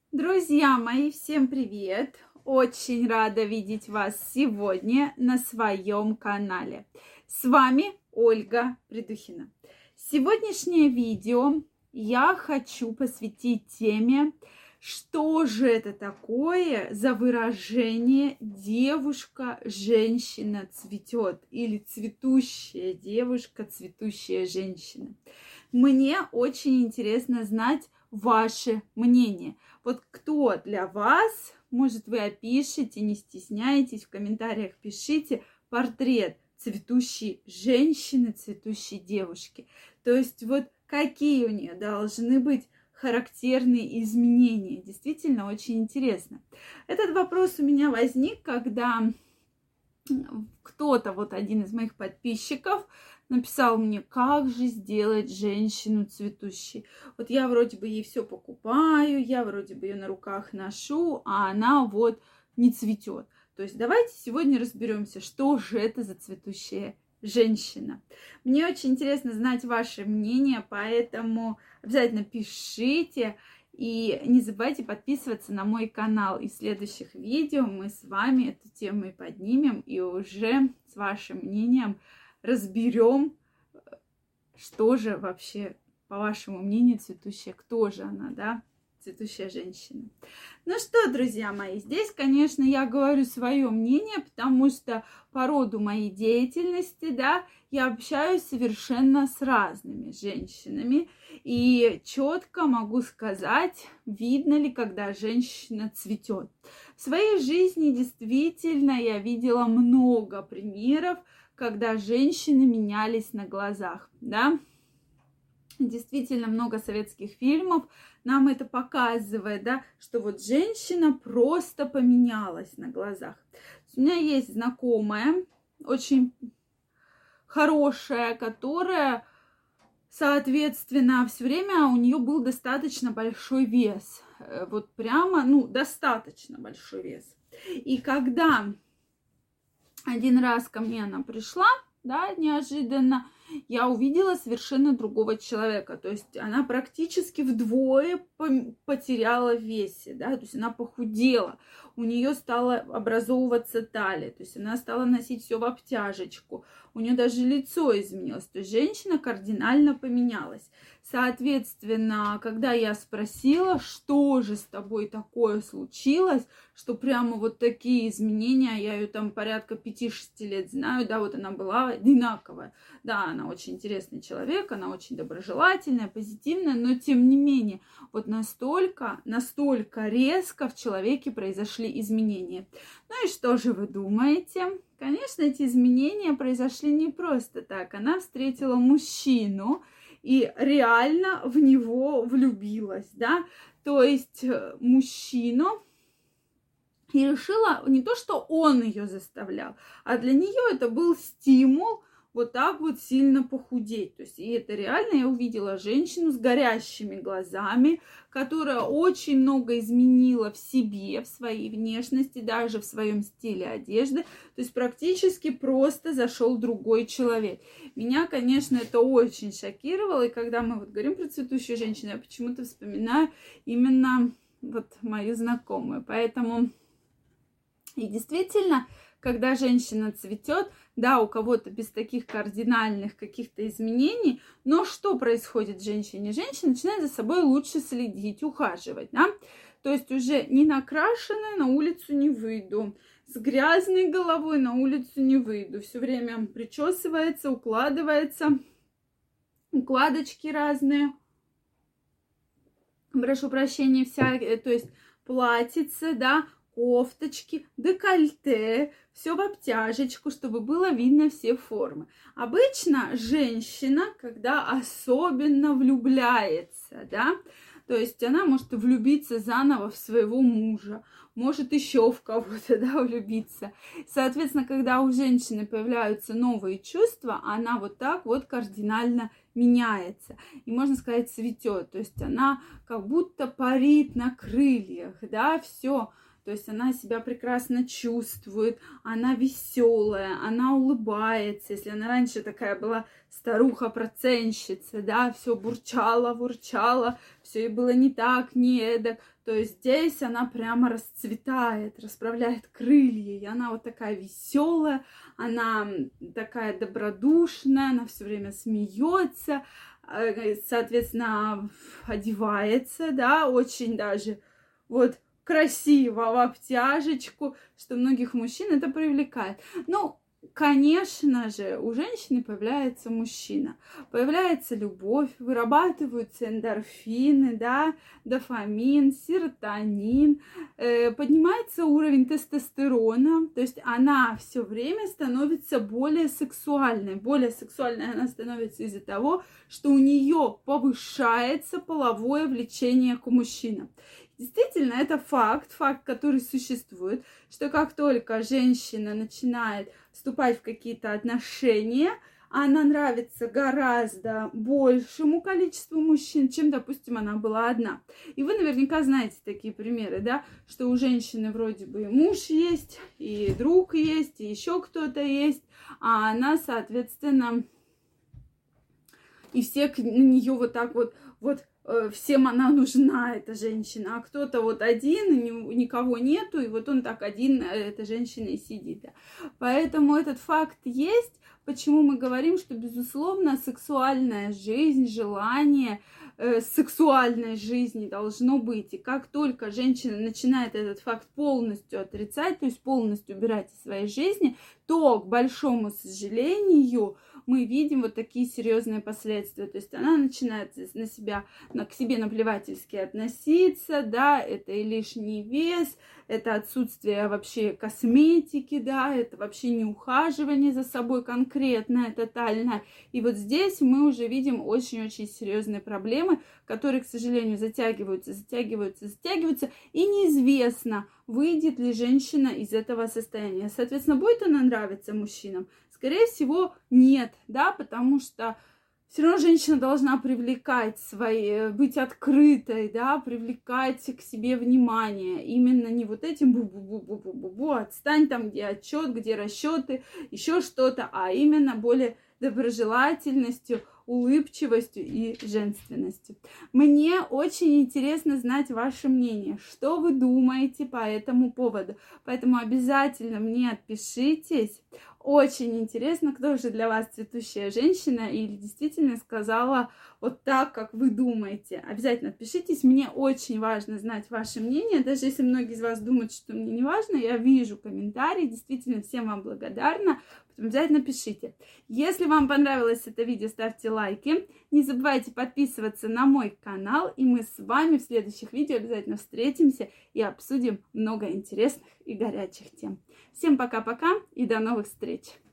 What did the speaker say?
Друзья мои, всем привет! Очень рада видеть вас сегодня на своем канале. С вами Ольга Придухина. Сегодняшнее видео я хочу посвятить теме, что же это такое за выражение «девушка, женщина цветет» или «цветущая девушка, цветущая женщина». Мне очень интересно знать ваше мнение. Вот кто для вас, может, вы опишите, не стесняйтесь, в комментариях пишите портрет цветущей женщины, цветущей девушки. То есть вот какие у нее должны быть характерные изменения. Действительно очень интересно. Этот вопрос у меня возник, когда кто-то, вот один из моих подписчиков, написал мне, как же сделать женщину цветущей. Вот я вроде бы ей все покупаю, я вроде бы ее на руках ношу, а она вот не цветет. То есть давайте сегодня разберемся, что же это за цветущая женщина. Мне очень интересно знать ваше мнение, поэтому обязательно пишите. И не забывайте подписываться на мой канал. И в следующих видео мы с вами эту тему и поднимем, и уже с вашим мнением разберем, что же вообще, по вашему мнению, цветущая, кто же она, да, цветущая женщина. Ну что, друзья мои, здесь, конечно, я говорю свое мнение, потому что по роду моей деятельности, да, я общаюсь совершенно с разными женщинами, и четко могу сказать, видно ли, когда женщина цветет. В своей жизни действительно я видела много примеров, когда женщины менялись на глазах, да. Действительно много советских фильмов нам это показывает, да, что вот женщина просто поменялась на глазах. У меня есть знакомая, очень хорошая, которая, соответственно, все время у нее был достаточно большой вес. Вот прямо, достаточно большой вес. И когда один раз ко мне она пришла, да, неожиданно, я увидела совершенно другого человека. То есть она практически вдвое потеряла в весе, да, то есть она похудела, у нее стала образовываться талия, то есть она стала носить все в обтяжечку, у нее даже лицо изменилось, то есть женщина кардинально поменялась. Соответственно, когда я спросила, что же с тобой такое случилось, что прямо вот такие изменения, я ее там порядка 5-6 лет знаю, да, вот она была одинаковая. Да, она очень интересный человек, она очень доброжелательная, позитивная, но тем не менее, вот настолько резко в человеке произошли изменения. Ну и что же вы думаете? Конечно, эти изменения произошли не просто так. Она встретила мужчину и реально в него влюбилась, да, то есть мужчину, и решила не то, что он ее заставлял, а для нее это был стимул вот так вот сильно похудеть. То есть, и это реально я увидела женщину с горящими глазами, которая очень много изменила в себе, в своей внешности, даже в своем стиле одежды. То есть практически просто зашел другой человек. Меня, конечно, это очень шокировало. И когда мы вот говорим про цветущую женщину, я почему-то вспоминаю именно вот мою знакомую. Поэтому и действительно, когда женщина цветет, да, у кого-то без таких кардинальных каких-то изменений, но что происходит с женщиной? Женщина начинает за собой лучше следить, ухаживать, да? То есть уже не накрашенная на улицу не выйду, с грязной головой на улицу не выйду, все время причесывается, укладывается, укладочки разные, прошу прощения, то есть платьице, да, кофточки, декольте, все в обтяжечку, чтобы было видно все формы. Обычно женщина, когда особенно влюбляется, да, то есть она может влюбиться заново в своего мужа, может еще в кого-то, да, влюбиться. Соответственно, когда у женщины появляются новые чувства, она вот так вот кардинально меняется. И, можно сказать, цветет. То есть она как будто парит на крыльях, да, все. То то есть она себя прекрасно чувствует, она веселая, она улыбается. Если она раньше такая была старуха-проценщица, да, все бурчала, ворчала, все ей было не так, не эдак, то есть здесь она прямо расцветает, расправляет крылья, и она вот такая веселая, она такая добродушная, она все время смеется, соответственно, одевается, да, очень даже вот красиво в обтяжечку, что многих мужчин это привлекает. Ну, конечно же, у женщины появляется мужчина, появляется любовь, вырабатываются эндорфины, да, дофамин, серотонин, поднимается уровень тестостерона, то есть она все время становится более сексуальной. Более сексуальной она становится из-за того, что у нее повышается половое влечение к мужчинам. Действительно, это факт, который существует, что как только женщина начинает вступать в какие-то отношения, она нравится гораздо большему количеству мужчин, чем, допустим, она была одна. И вы наверняка знаете такие примеры, да, что у женщины вроде бы и муж есть, и друг есть, и еще кто-то есть, а она, соответственно, и все на нее вот так вот всем она нужна, эта женщина, а кто-то вот один, никого нету, и вот он так один, эта женщина и сидит. Да. Поэтому этот факт есть, почему мы говорим, что, безусловно, сексуальная жизнь, желание сексуальной жизни должно быть. И как только женщина начинает этот факт полностью отрицать, то есть полностью убирать из своей жизни, то, к большому сожалению, мы видим вот такие серьезные последствия. То есть она начинает к себе наплевательски относиться, да, это и лишний вес, это отсутствие вообще косметики, да, это вообще не ухаживание за собой конкретное, тотальное. И вот здесь мы уже видим очень-очень серьезные проблемы, которые, к сожалению, затягиваются, и неизвестно, выйдет ли женщина из этого состояния. Соответственно, будет она нравиться мужчинам? Скорее всего, нет, да, потому что все равно женщина должна привлекать быть открытой, да, привлекать к себе внимание. Именно не вот этим бу-бу-бу-бу-бу-бу-бу, отстань там, где отчет, где расчеты, еще что-то, а именно более доброжелательностью, улыбчивостью и женственностью. Мне очень интересно знать ваше мнение, что вы думаете по этому поводу. Поэтому обязательно мне отпишитесь. Очень интересно, кто же для вас цветущая женщина или действительно сказала вот так, как вы думаете. Обязательно отпишитесь. Мне очень важно знать ваше мнение. Даже если многие из вас думают, что мне не важно, я вижу комментарии. Действительно, всем вам благодарна. Обязательно пишите. Если вам понравилось это видео, ставьте лайки. Не забывайте подписываться на мой канал. И мы с вами в следующих видео обязательно встретимся и обсудим много интересных и горячих тем. Всем пока-пока и до новых встреч!